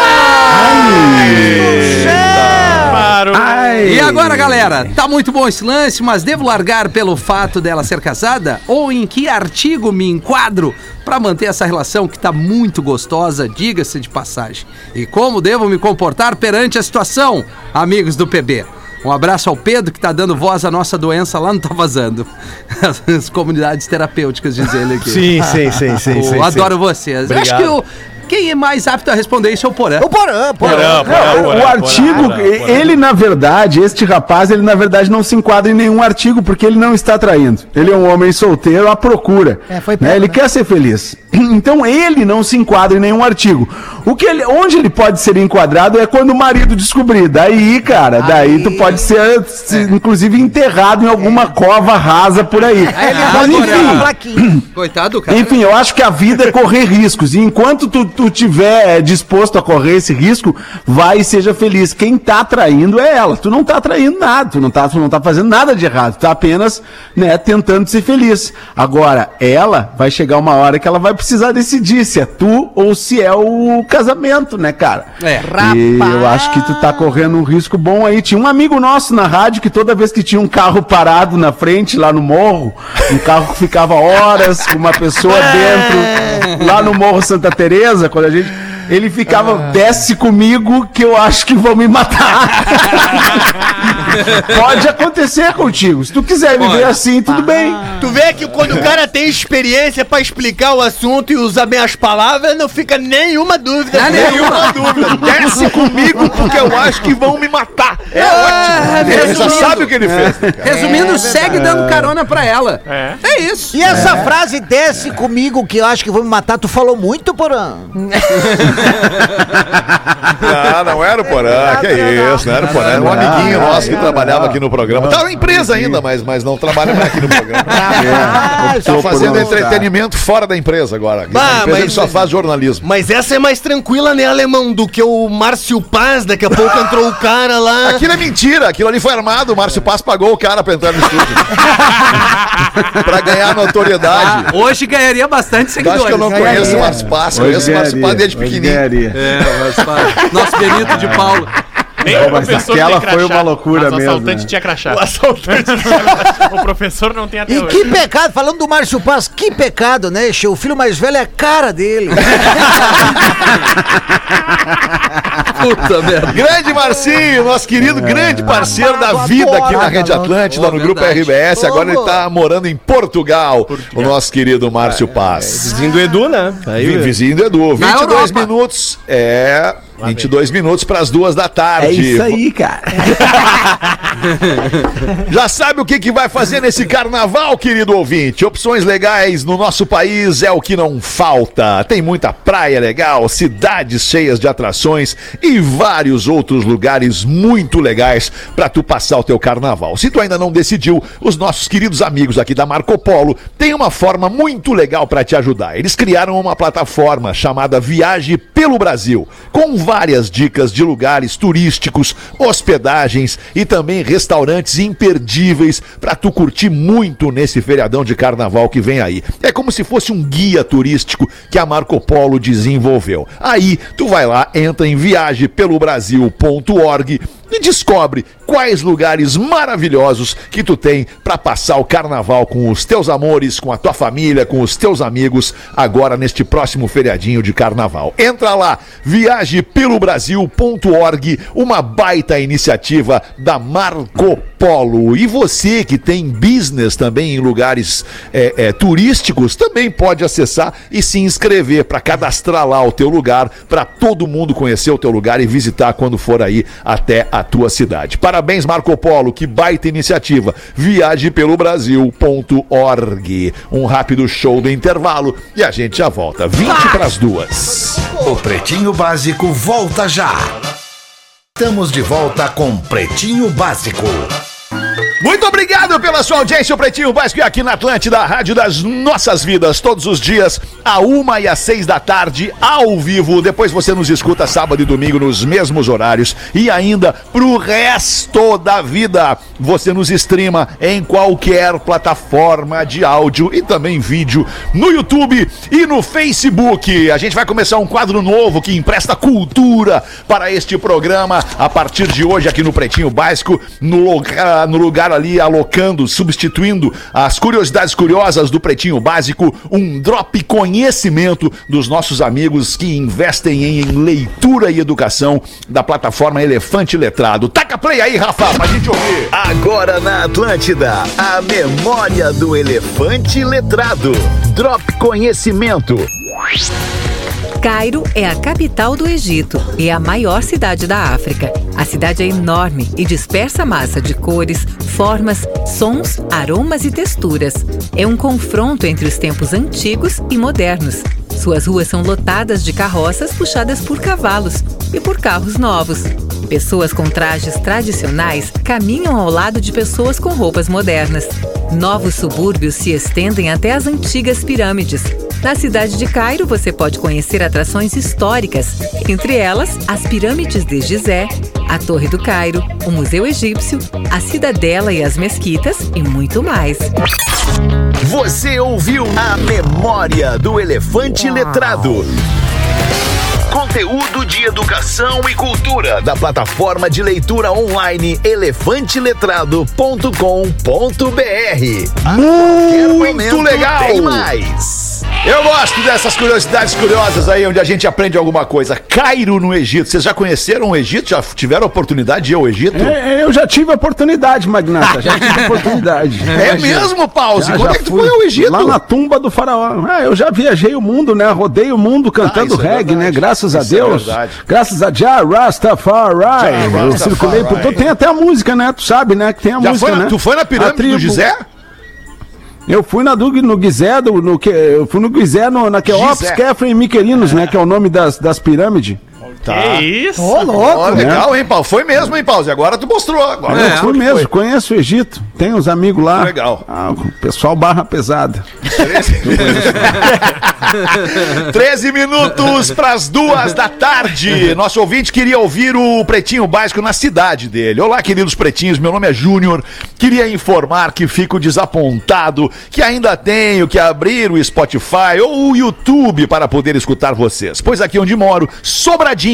E agora, galera, tá muito bom esse lance, mas devo largar pelo fato dela ser casada? Ou em que artigo me enquadro pra manter essa relação que tá muito gostosa, diga-se de passagem? E como devo me comportar perante a situação, amigos do PB? Um abraço ao Pedro, que tá dando voz à nossa doença lá no Tá Vazando. As comunidades terapêuticas, diz ele aqui. Sim. Adoro vocês. Obrigado. Acho que quem é mais apto a responder isso é o Porã. O artigo, ele na verdade, este rapaz, ele na verdade não se enquadra em nenhum artigo porque ele não está traindo. Ele é um homem solteiro à procura. Ele quer ser feliz. Então ele não se enquadra em nenhum artigo. Onde ele pode ser enquadrado é quando o marido descobrir. Daí, cara, tu pode ser, inclusive, enterrado em alguma cova rasa por aí. Mas enfim, coitado, cara. Enfim, eu acho que a vida é correr riscos. E enquanto tu tiver disposto a correr esse risco, vai e seja feliz. Quem tá traindo é ela. Tu não tá traindo nada. Tu não tá fazendo nada de errado. Tu tá apenas, tentando ser feliz. Agora, ela vai chegar uma hora que ela vai precisar decidir se é tu ou se é o casamento, né, cara? E eu acho que tu tá correndo um risco bom aí. Tinha um amigo nosso na rádio que toda vez que tinha um carro parado na frente, lá no morro, um carro que ficava horas com uma pessoa dentro, lá no Morro Santa Teresa, quando ele ficava, desce comigo que eu acho que vão me matar. Pode acontecer contigo. Se tu quiser viver assim, tudo bem. Tu vê que quando o cara tem experiência pra explicar o assunto e usar bem as palavras, não fica nenhuma dúvida. Nenhuma dúvida. Desce comigo porque eu acho que vão me matar. É ótimo. Ele já sabe o que ele fez. Resumindo, segue dando carona pra ela. É isso. E essa frase, desce comigo que eu acho que vão me matar, tu falou muito, Porã. Não era o Porã, que isso, não era o Porã, era um amiguinho nosso que trabalhava aqui no programa. Tá na empresa ainda, mas não trabalha mais aqui no programa. Tá fazendo entretenimento fora da empresa agora. A empresa ele só faz jornalismo. Mas essa é mais tranquila, né, alemão, do que o Márcio Paz, daqui a pouco entrou o cara lá. Aquilo é mentira, aquilo ali foi armado, o Márcio Paz pagou o cara pra entrar no estúdio. Pra ganhar notoriedade. Hoje ganharia bastante seguidores. Acho que eu não conheço o Márcio Paz, conheço o Márcio Paz desde pequenininho. Nosso Benito de Paulo. Nem o Mas professor aquela tem foi crachá, uma loucura mas o mesmo, assaltante né? tinha crachá. O assaltante tinha crachá. O professor não tem até E hoje. que pecado, falando do Márcio Paz, que pecado, né? O filho mais velho é a cara dele. Puta merda. Grande Marcinho, nosso querido grande parceiro da vida aqui na Rede Atlântida, no Grupo RBS. Agora ele tá morando em Portugal. O nosso querido Márcio Paz. Vizinho do Edu, né? Vizinho do Edu. Na 22 Europa. minutos. 22 minutos para as 2 da tarde. É isso aí, cara. Já sabe o que vai fazer nesse carnaval, querido ouvinte? Opções legais no nosso país é o que não falta. Tem muita praia legal, cidades cheias de atrações e vários outros lugares muito legais para tu passar o teu carnaval. Se tu ainda não decidiu, os nossos queridos amigos aqui da Marco Polo têm uma forma muito legal para te ajudar. Eles criaram uma plataforma chamada Viaje pelo Brasil, com várias dicas de lugares turísticos, hospedagens e também restaurantes imperdíveis para tu curtir muito nesse feriadão de carnaval que vem aí. É como se fosse um guia turístico que a Marco Polo desenvolveu. Aí tu vai lá, entra em viagepelobrasil.org e descobre quais lugares maravilhosos que tu tem para passar o carnaval com os teus amores, com a tua família, com os teus amigos, agora neste próximo feriadinho de carnaval. Entra lá, viagepelobrasil.org, uma baita iniciativa da Marco Polo. E você que tem business também em lugares turísticos, também pode acessar e se inscrever para cadastrar lá o teu lugar, para todo mundo conhecer o teu lugar e visitar quando for aí até a tua cidade. Parabéns, Marco Polo, que baita iniciativa. Viagepelobrasil.org. Um rápido show do intervalo e a gente já volta. 20 para as 2. O Pretinho Básico volta já. Estamos de volta com Pretinho Básico. Muito obrigado pela sua audiência, o Pretinho Básico aqui na Atlântida, a rádio das nossas vidas, todos os dias, à 1 e às 6 da tarde, ao vivo. Depois você nos escuta sábado e domingo nos mesmos horários e ainda pro resto da vida. Você nos streama em qualquer plataforma de áudio e também vídeo no YouTube e no Facebook. A gente vai começar um quadro novo que empresta cultura para este programa a partir de hoje aqui no Pretinho Básico, no lugar ali alocando, substituindo as curiosidades curiosas do Pretinho Básico, um drop conhecimento dos nossos amigos que investem em leitura e educação da plataforma Elefante Letrado. Taca play aí, Rafa, pra gente ouvir. Agora na Atlântida, a memória do Elefante Letrado. Drop conhecimento. Cairo é a capital do Egito e a maior cidade da África. A cidade é enorme e dispersa massa de cores, formas, sons, aromas e texturas. É um confronto entre os tempos antigos e modernos. Suas ruas são lotadas de carroças puxadas por cavalos e por carros novos. Pessoas com trajes tradicionais caminham ao lado de pessoas com roupas modernas. Novos subúrbios se estendem até as antigas pirâmides. Na cidade de Cairo, você pode conhecer atrações históricas, entre elas as pirâmides de Gizé, a Torre do Cairo, o Museu Egípcio, a Cidadela e as mesquitas e muito mais. Você ouviu a memória do Elefante Letrado. Conteúdo de educação e cultura da plataforma de leitura online elefanteletrado.com.br. Muito legal! Tem mais. Eu gosto dessas curiosidades curiosas aí, onde a gente aprende alguma coisa. Cairo, no Egito. Vocês já conheceram o Egito? Já tiveram a oportunidade de ir ao Egito? Eu já tive a oportunidade, Magnata. Já tive a oportunidade. É mesmo, Pause? Quando é que tu foi ao Egito? Lá na tumba do faraó. Eu já viajei o mundo, né? Rodei o mundo cantando reggae, né? Graças a Deus. Graças a Jah Rastafari. Eu circulei por todo. Tem até a música, né? Tu sabe, né? Que tem a música, né? Tu foi na pirâmide do Gizé? Eu fui no Gizé, eu fui no Gizé, na Keops, Kefren e Miquelinos, né? Que é o nome das pirâmides. Tá. Que isso? Ô, louco. Legal, hein, Paulo? Foi mesmo, hein, Paulo? Agora tu mostrou. Agora Eu fui mesmo, conheço o Egito. Tem uns amigos lá. Legal. O pessoal barra pesada. 13 minutos para as 2 da tarde. Nosso ouvinte queria ouvir o Pretinho Básico na cidade dele. Olá, queridos pretinhos, meu nome é Júnior. Queria informar que fico desapontado que ainda tenho que abrir o Spotify ou o YouTube para poder escutar vocês. Pois aqui onde moro, Sobradinho,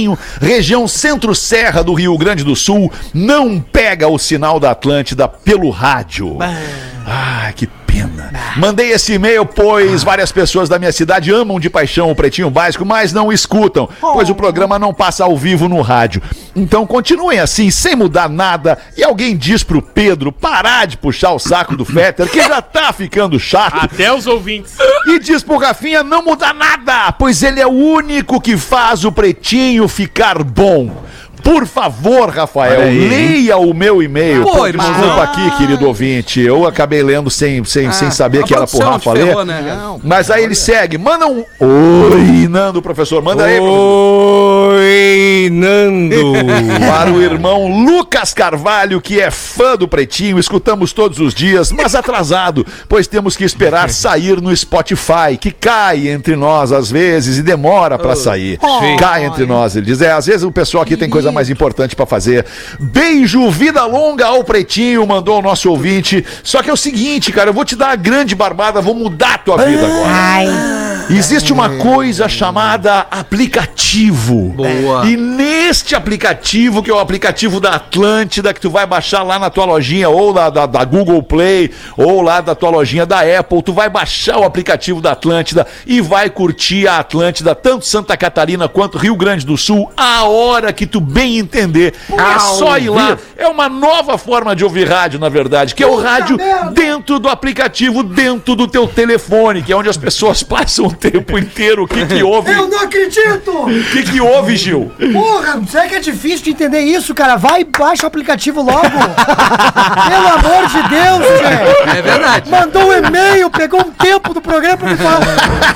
Pretinho, região Centro-Serra do Rio Grande do Sul, não pega o sinal da Atlântida pelo rádio. Ah, que pena. Mandei esse e-mail, pois várias pessoas da minha cidade amam de paixão o Pretinho Básico, mas não escutam, pois o programa não passa ao vivo no rádio. Então continuem assim, sem mudar nada, e alguém diz pro Pedro parar de puxar o saco do Fetter, que já tá ficando chato. Até os ouvintes. E diz pro Rafinha não mudar nada, pois ele é o único que faz o Pretinho ficar bom. Por favor, Rafael, leia o meu e-mail. Pô, desculpa aqui, querido ouvinte. Eu acabei lendo sem saber que era pro Rafa ler. Mas aí ele segue. Manda um oi, Nando, professor. Manda aí, professor. Oi, Nando. Para o irmão Lucas Carvalho, que é fã do Pretinho. Escutamos todos os dias, mas atrasado, pois temos que esperar sair no Spotify, que cai entre nós às vezes e demora pra sair. Cai entre nós, ele diz. Às vezes o pessoal aqui tem coisa mais importante pra fazer. Beijo, vida longa ao Pretinho, mandou o nosso ouvinte. Só que é o seguinte, cara, eu vou te dar a grande barbada, vou mudar a tua vida agora. Existe uma coisa chamada aplicativo. Boa. E neste aplicativo, que é o aplicativo da Atlântida, que tu vai baixar lá na tua lojinha, ou da Google Play, ou lá da tua lojinha da Apple, tu vai baixar o aplicativo da Atlântida e vai curtir a Atlântida, tanto Santa Catarina quanto Rio Grande do Sul, a hora que tu bem entender. É só ir lá. É uma nova forma de ouvir rádio, na verdade, que é o rádio dentro do aplicativo, dentro do teu telefone, que é onde as pessoas passam o tempo inteiro. O que houve? Eu não acredito! O que houve, Gil? Porra, será que é difícil de entender isso, cara? Vai e baixa o aplicativo logo. Pelo amor de Deus, gente. É verdade. Mandou um e-mail, pegou um tempo do programa pra me falar.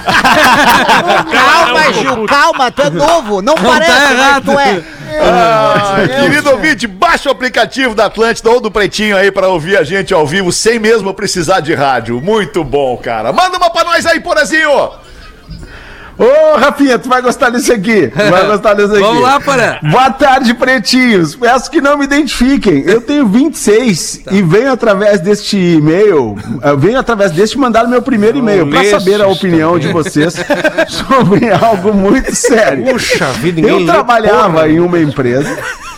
Calma, Gil, calma, tu é novo. Não parece, tá mas errado. tu é. Querido ouvinte, baixa o aplicativo da Atlântida ou do Pretinho aí pra ouvir a gente ao vivo, sem mesmo precisar de rádio. Muito bom, cara. Manda uma pra nós aí, Porazinho. Ô, Rafinha, tu vai gostar disso aqui. Vamos lá, Porã. Boa tarde, pretinhos. Peço que não me identifiquem. Eu tenho 26 e venho através deste e-mail, mandar meu primeiro e-mail para saber a opinião de vocês sobre algo muito sério. Puxa vida, ninguém Eu trabalhava em uma empresa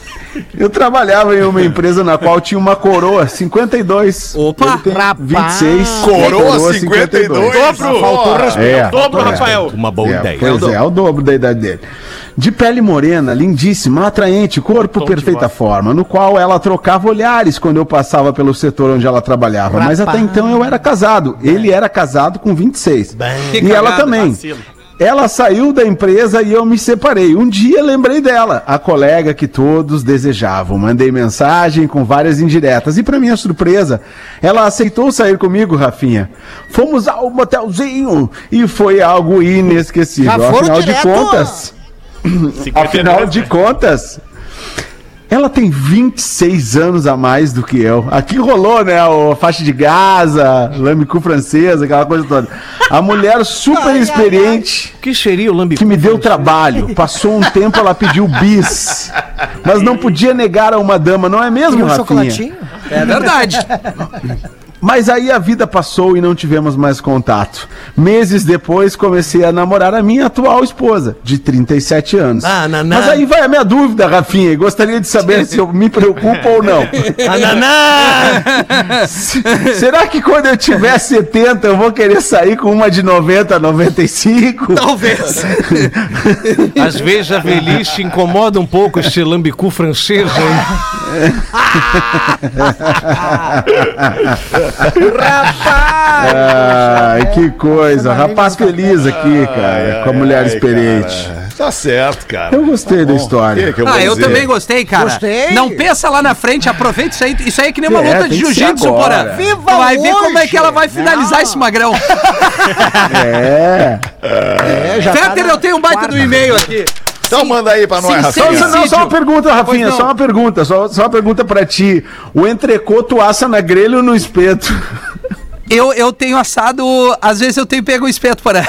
na qual tinha uma coroa 52. Opa, Ele tem rapaz. 26. Coroa 52. Faltou respeito. Dobro, É. Rafael. Uma boa ideia. Pois é o dobro da idade dele. De pele morena, lindíssima, atraente, corpo perfeita forma, no qual ela trocava olhares quando eu passava pelo setor onde ela trabalhava. Mas até então eu era casado. Ele era casado com 26. E ela também. Ela saiu da empresa e eu me separei. Um dia lembrei dela, a colega que todos desejavam. Mandei mensagem com várias indiretas. E para minha surpresa, ela aceitou sair comigo, Rafinha. Fomos ao motelzinho e foi algo inesquecível. Já foram Afinal de contas, ela tem 26 anos a mais do que eu. Aqui rolou, né, a faixa de Gaza, lambicu francesa, aquela coisa toda. A mulher super experiente, O que seria o lambicu? que me deu trabalho. Passou um tempo, ela pediu bis. Mas não podia negar a uma dama, não é mesmo, Um Rafinha? chocolatinho? É verdade. Mas aí a vida passou e não tivemos mais contato. Meses depois, comecei a namorar a minha atual esposa, de 37 anos. Ah, naná. Mas aí vai a minha dúvida, Rafinha, e gostaria de saber se eu me preocupo ou não. Ananá! Será que quando eu tiver 70 eu vou querer sair com uma de 90 a 95? Talvez. Às vezes a velhice incomoda um pouco este lambicu francês aí. Ai, que coisa. Rapaz feliz aqui, cara, com a mulher experiente. Cara. Tá certo, cara. Eu gostei da história. Que eu vou Eu dizer? também gostei, cara. Gostei. Não pensa lá na frente, aproveita isso aí. Isso aí é que nem uma luta de tem que ser jiu-jitsu, agora. Porã. Viva Tu vai ver hoje. como é que ela vai finalizar esse magrão. É. Já tá Fetter, na eu tenho um baita quarta. do e-mail aqui. Então manda aí pra nós, Sim, Rafinha. sim, Só uma pergunta, Rafinha, Pois não. só uma pergunta, só uma pergunta pra ti. O entrecô tu assa na grelha ou no espeto? Eu tenho assado, às vezes eu tenho pego o espeto, Porã.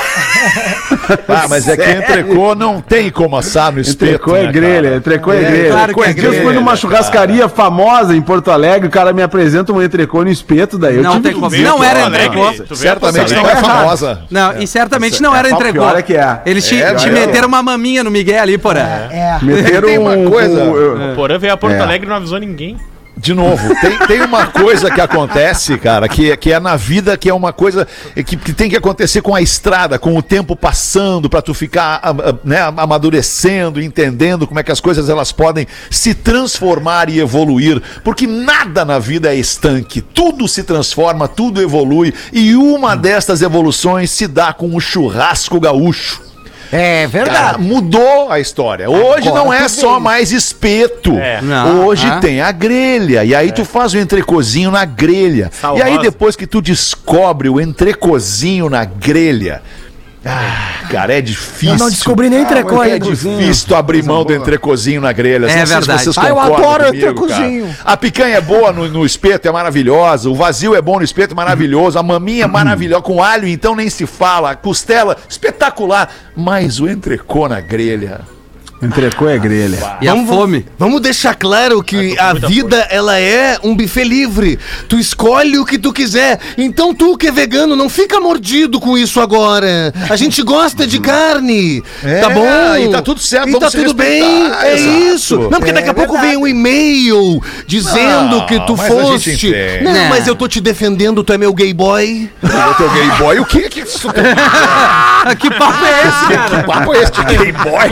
Ah, mas é que entrecô não tem como assar no espeto. Entrecô é grelha, entrecô é grelha. Claro que é grelha. Eu fui numa churrascaria famosa em Porto Alegre, o cara me apresenta um entrecô no espeto, daí eu Não tive tem que como. dizer, Não era Alegre, entrecô. tu vê Certamente a não é famosa. Não, e certamente não era entrecô. pior é que é. Eles te meteram uma maminha no Miguel ali, porra. É. Meteram Tem uma coisa- O Porã veio a Porto Alegre e não avisou ninguém. De novo, tem uma coisa que acontece, cara, que é na vida, que é uma coisa que tem que acontecer com a estrada, com o tempo passando, pra tu ficar né, amadurecendo, entendendo como é que as coisas elas podem se transformar e evoluir, porque nada na vida é estanque, tudo se transforma, tudo evolui, e uma destas evoluções se dá com o churrasco gaúcho. É verdade. Cara, mudou a história. Hoje Agora não é tu só vê. mais espeto. Não. Hoje tem a grelha. E aí tu faz o entrecozinho na grelha. Salvosa. E aí depois que tu descobre o entrecozinho na grelha... Ah, cara, é difícil. Eu não descobri nem entrecô É ainda. difícil tu abrir mão do entrecozinho na grelha. É Não sei se verdade. vocês Eu concordam adoro comigo, entrecozinho. cara. A picanha é boa no espeto, é maravilhosa. O vazio é bom no espeto, maravilhoso. A maminha é maravilhosa. Com alho, então, nem se fala. A costela, espetacular. Mas o entrecô na grelha... entrecô é grelha. E a fome. Vamos deixar claro que a vida, ela é um buffet livre. Tu escolhe o que tu quiser. Então tu que é vegano, não fica mordido com isso agora. A gente gosta de carne. Tá bom? E tá tudo certo, E vamos tá se tudo bem. respeitar, É exato. isso. Não, porque daqui a pouco vem um e-mail dizendo Não, que tu mas a gente foste. entende. Não, Não. mas eu tô te defendendo, tu é meu gay boy. O teu gay boy, o que isso? Que papo é esse, cara? Que papo é esse de gay boy?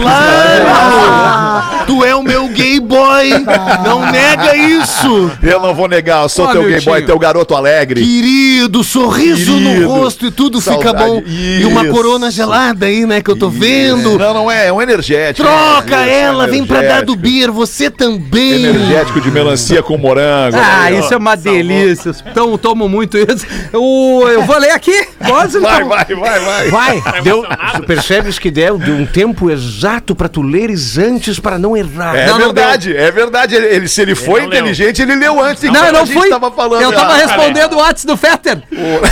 Tu é o meu gay boy. Não nega isso. Eu não vou negar, eu sou Ó, teu gay Miltinho. boy, teu garoto alegre. Querido, sorriso Querido. no rosto e tudo fica Saudade. bom. E uma Isso. corona gelada aí, né, que eu tô vendo. Não, não é, é um energético. Troca Isso, ela, vem pra dar do energético. beer, você também. Energético de melancia com morango. Ah, isso é uma delícia. Então, tomo muito isso. Eu vou ler aqui. Pode? Vai, vai, vai, vai. Vai, tu percebes que deu de um tempo exato pra tu leres antes pra não errar. É Não, não verdade, é verdade. Se ele foi não leu. inteligente, ele leu antes. Não, eu não A gente fui. tava falando, Eu tava ah, respondendo o WhatsApp do Fetter.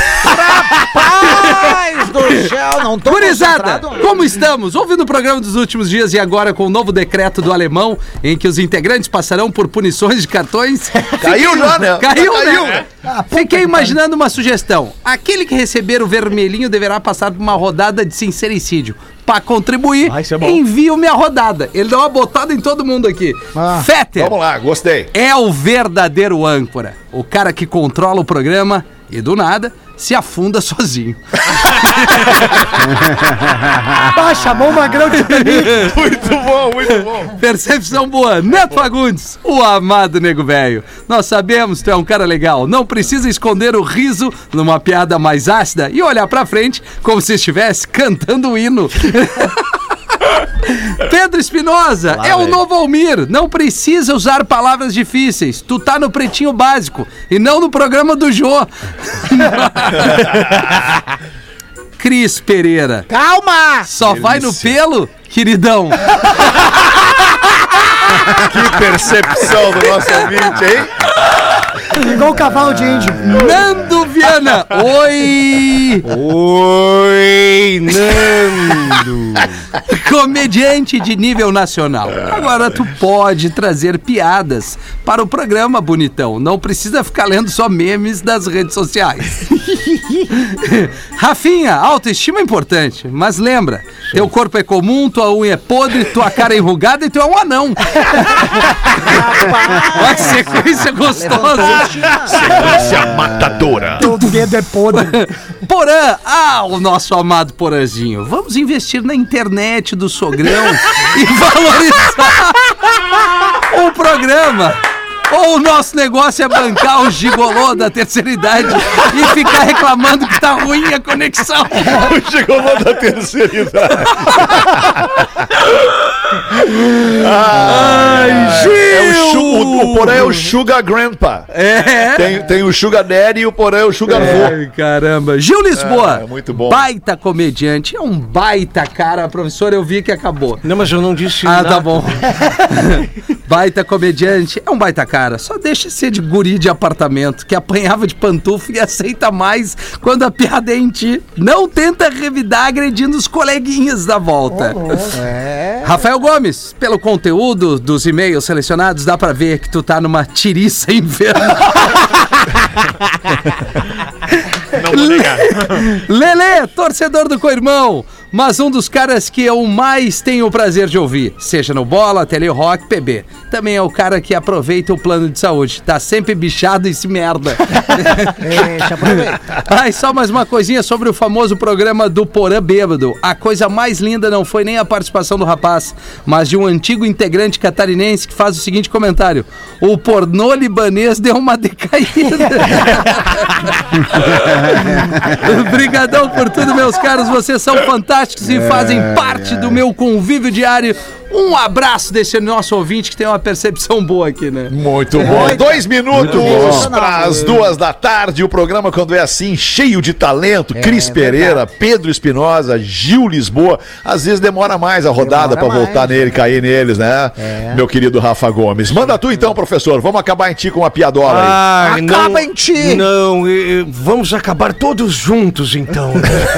Rapaz do céu, não tô Gurizada, concentrado. como estamos? Ouvindo o programa dos últimos dias e agora com o novo decreto do alemão, em que os integrantes passarão por punições de cartões. Caiu já, né? Caiu, Já caiu. né? Fiquei imaginando uma sugestão. Aquele que receber o vermelhinho deverá passar por uma rodada de sincericídio. Para contribuir, envio minha rodada. Ele dá uma botada em todo mundo aqui. Fetter Vamos lá, gostei. é o verdadeiro âncora. O cara que controla o programa e, do nada, se afunda sozinho. Ah, chamou o Magrão de penico. Muito bom, muito bom. Percepção boa. Neto Fagundes, o amado nego velho. Nós sabemos que tu é um cara legal. Não precisa esconder o riso numa piada mais ácida e olhar pra frente como se estivesse cantando o hino. Pedro Espinosa é o novo Almir. Não precisa usar palavras difíceis. Tu tá no Pretinho Básico e não no programa do Jô. Cris Pereira. Calma! Só vai no pelo, queridão. Que percepção do nosso ouvinte, hein? Igual o cavalo de índio. Nando Viana. Oi. Oi, Nando! Comediante de nível nacional. Agora tu pode trazer piadas para o programa, bonitão. Não precisa ficar lendo só memes das redes sociais. Rafinha, autoestima é importante, mas lembra, teu corpo é comum, tua unha é podre, tua cara é enrugada e tu é um anão. Olha que sequência gostosa. Sequência matadora. Todo dedo é podre. Porã, o nosso amado Porãzinho. Vamos investir na internet do Sogrão e valorizar o programa. Ou o nosso negócio é bancar o gigolô da terceira idade e ficar reclamando que tá ruim a conexão. O gigolô da terceira idade. É o o Porã é o Sugar Grandpa. Tem o Sugar Daddy e o Porã é o Sugar Vô. Ai, caramba. Gil Lisboa. Muito bom. Baita comediante. É um baita cara. Professor, eu vi que acabou. Não, mas eu não disse nada. Tá bom. Baita comediante. É um baita cara. Só deixa ser de guri de apartamento, que apanhava de pantufa e aceita mais quando a piada é em ti. Não tenta revidar agredindo os coleguinhas da volta. Rafael Gomes, pelo conteúdo dos e-mails selecionados, dá pra ver que tu tá numa tiriça infernal. Não vou negar. Lelê, torcedor do Coirmão, mas um dos caras que eu mais tenho o prazer de ouvir, seja no Bola, Tele Rock, PB. Também é o cara que aproveita o plano de saúde. Tá sempre bichado e se merda. Ai, só mais uma coisinha sobre o famoso programa do Porã Bêbado. A coisa mais linda não foi nem a participação do rapaz, mas de um antigo integrante catarinense que faz o seguinte comentário: o pornô libanês deu uma decaída. Obrigadão por tudo, meus caros. Vocês são fantásticos e fazem parte do meu convívio diário. Um abraço desse nosso ouvinte que tem uma percepção boa aqui, né? Muito bom. 2 minutos para as 2 da tarde. O programa, quando é assim, cheio de talento. Cris Pereira, Pedro Espinosa, Gil Lisboa. Às vezes demora mais a rodada para voltar nele, cair neles, né? Meu querido Rafa Gomes. Manda tu então, professor. Vamos acabar em ti com uma piadola aí. Acaba em ti! Não, vamos acabar todos juntos, então.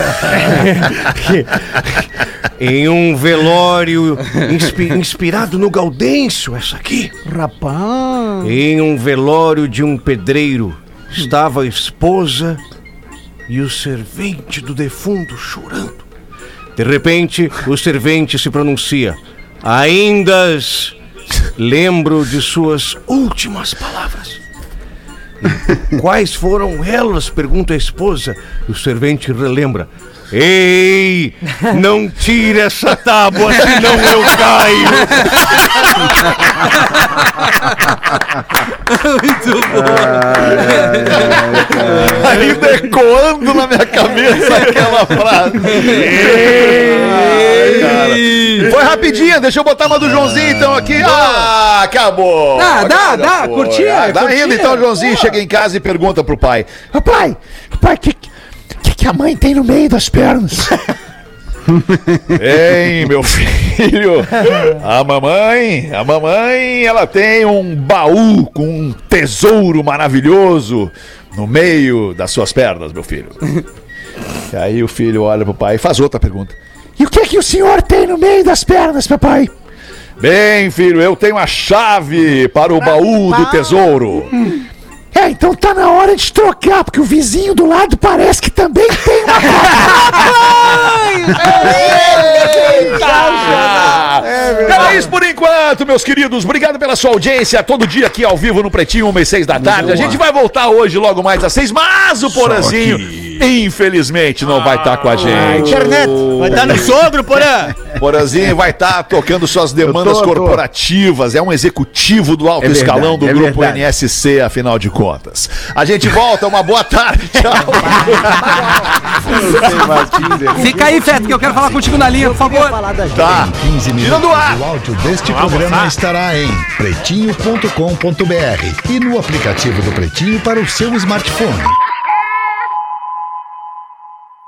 Em um velório inspirado no Gaudêncio, essa aqui. Rapaz. Em um velório de um pedreiro, estava a esposa e o servente do defunto chorando. De repente, o servente se pronuncia: ainda lembro de suas últimas palavras. Quais foram elas? Pergunta a esposa. O servente relembra: ei, não tire essa tábua, senão eu caio. Muito bom. Ainda ecoando na minha cabeça aquela frase. Foi rapidinho, deixa eu botar uma do Joãozinho então aqui. Acabou. Dá, curtia. Dá ainda então, Joãozinho chega em casa e pergunta pro pai: Pai, que a mãe tem no meio das pernas? Hein, meu filho? A mamãe, ela tem um baú com um tesouro maravilhoso no meio das suas pernas, meu filho. E aí o filho olha pro pai e faz outra pergunta: e o que o senhor tem no meio das pernas, papai? Bem, filho, eu tenho a chave para o baú do tesouro. Então tá na hora de trocar, porque o vizinho do lado parece que também tem uma Era isso por enquanto, meus queridos. Obrigado pela sua audiência. Todo dia aqui ao vivo no Pretinho, 1 e 6 da tarde. A gente vai voltar hoje logo mais às 6, mas o Porãzinho, infelizmente, não vai estar com a gente. Internet. Vai estar no sogro, Porã. Porãzinho vai estar tocando suas demandas corporativas. É um executivo do alto escalão do grupo NSC, afinal de contas. A gente volta, uma boa tarde. Tchau. Fica aí, Feto, que eu quero falar contigo na linha, por favor. Tá. 15 minutos. Tirando o ar. O áudio deste programa estará em pretinho.com.br e no aplicativo do Pretinho para o seu smartphone.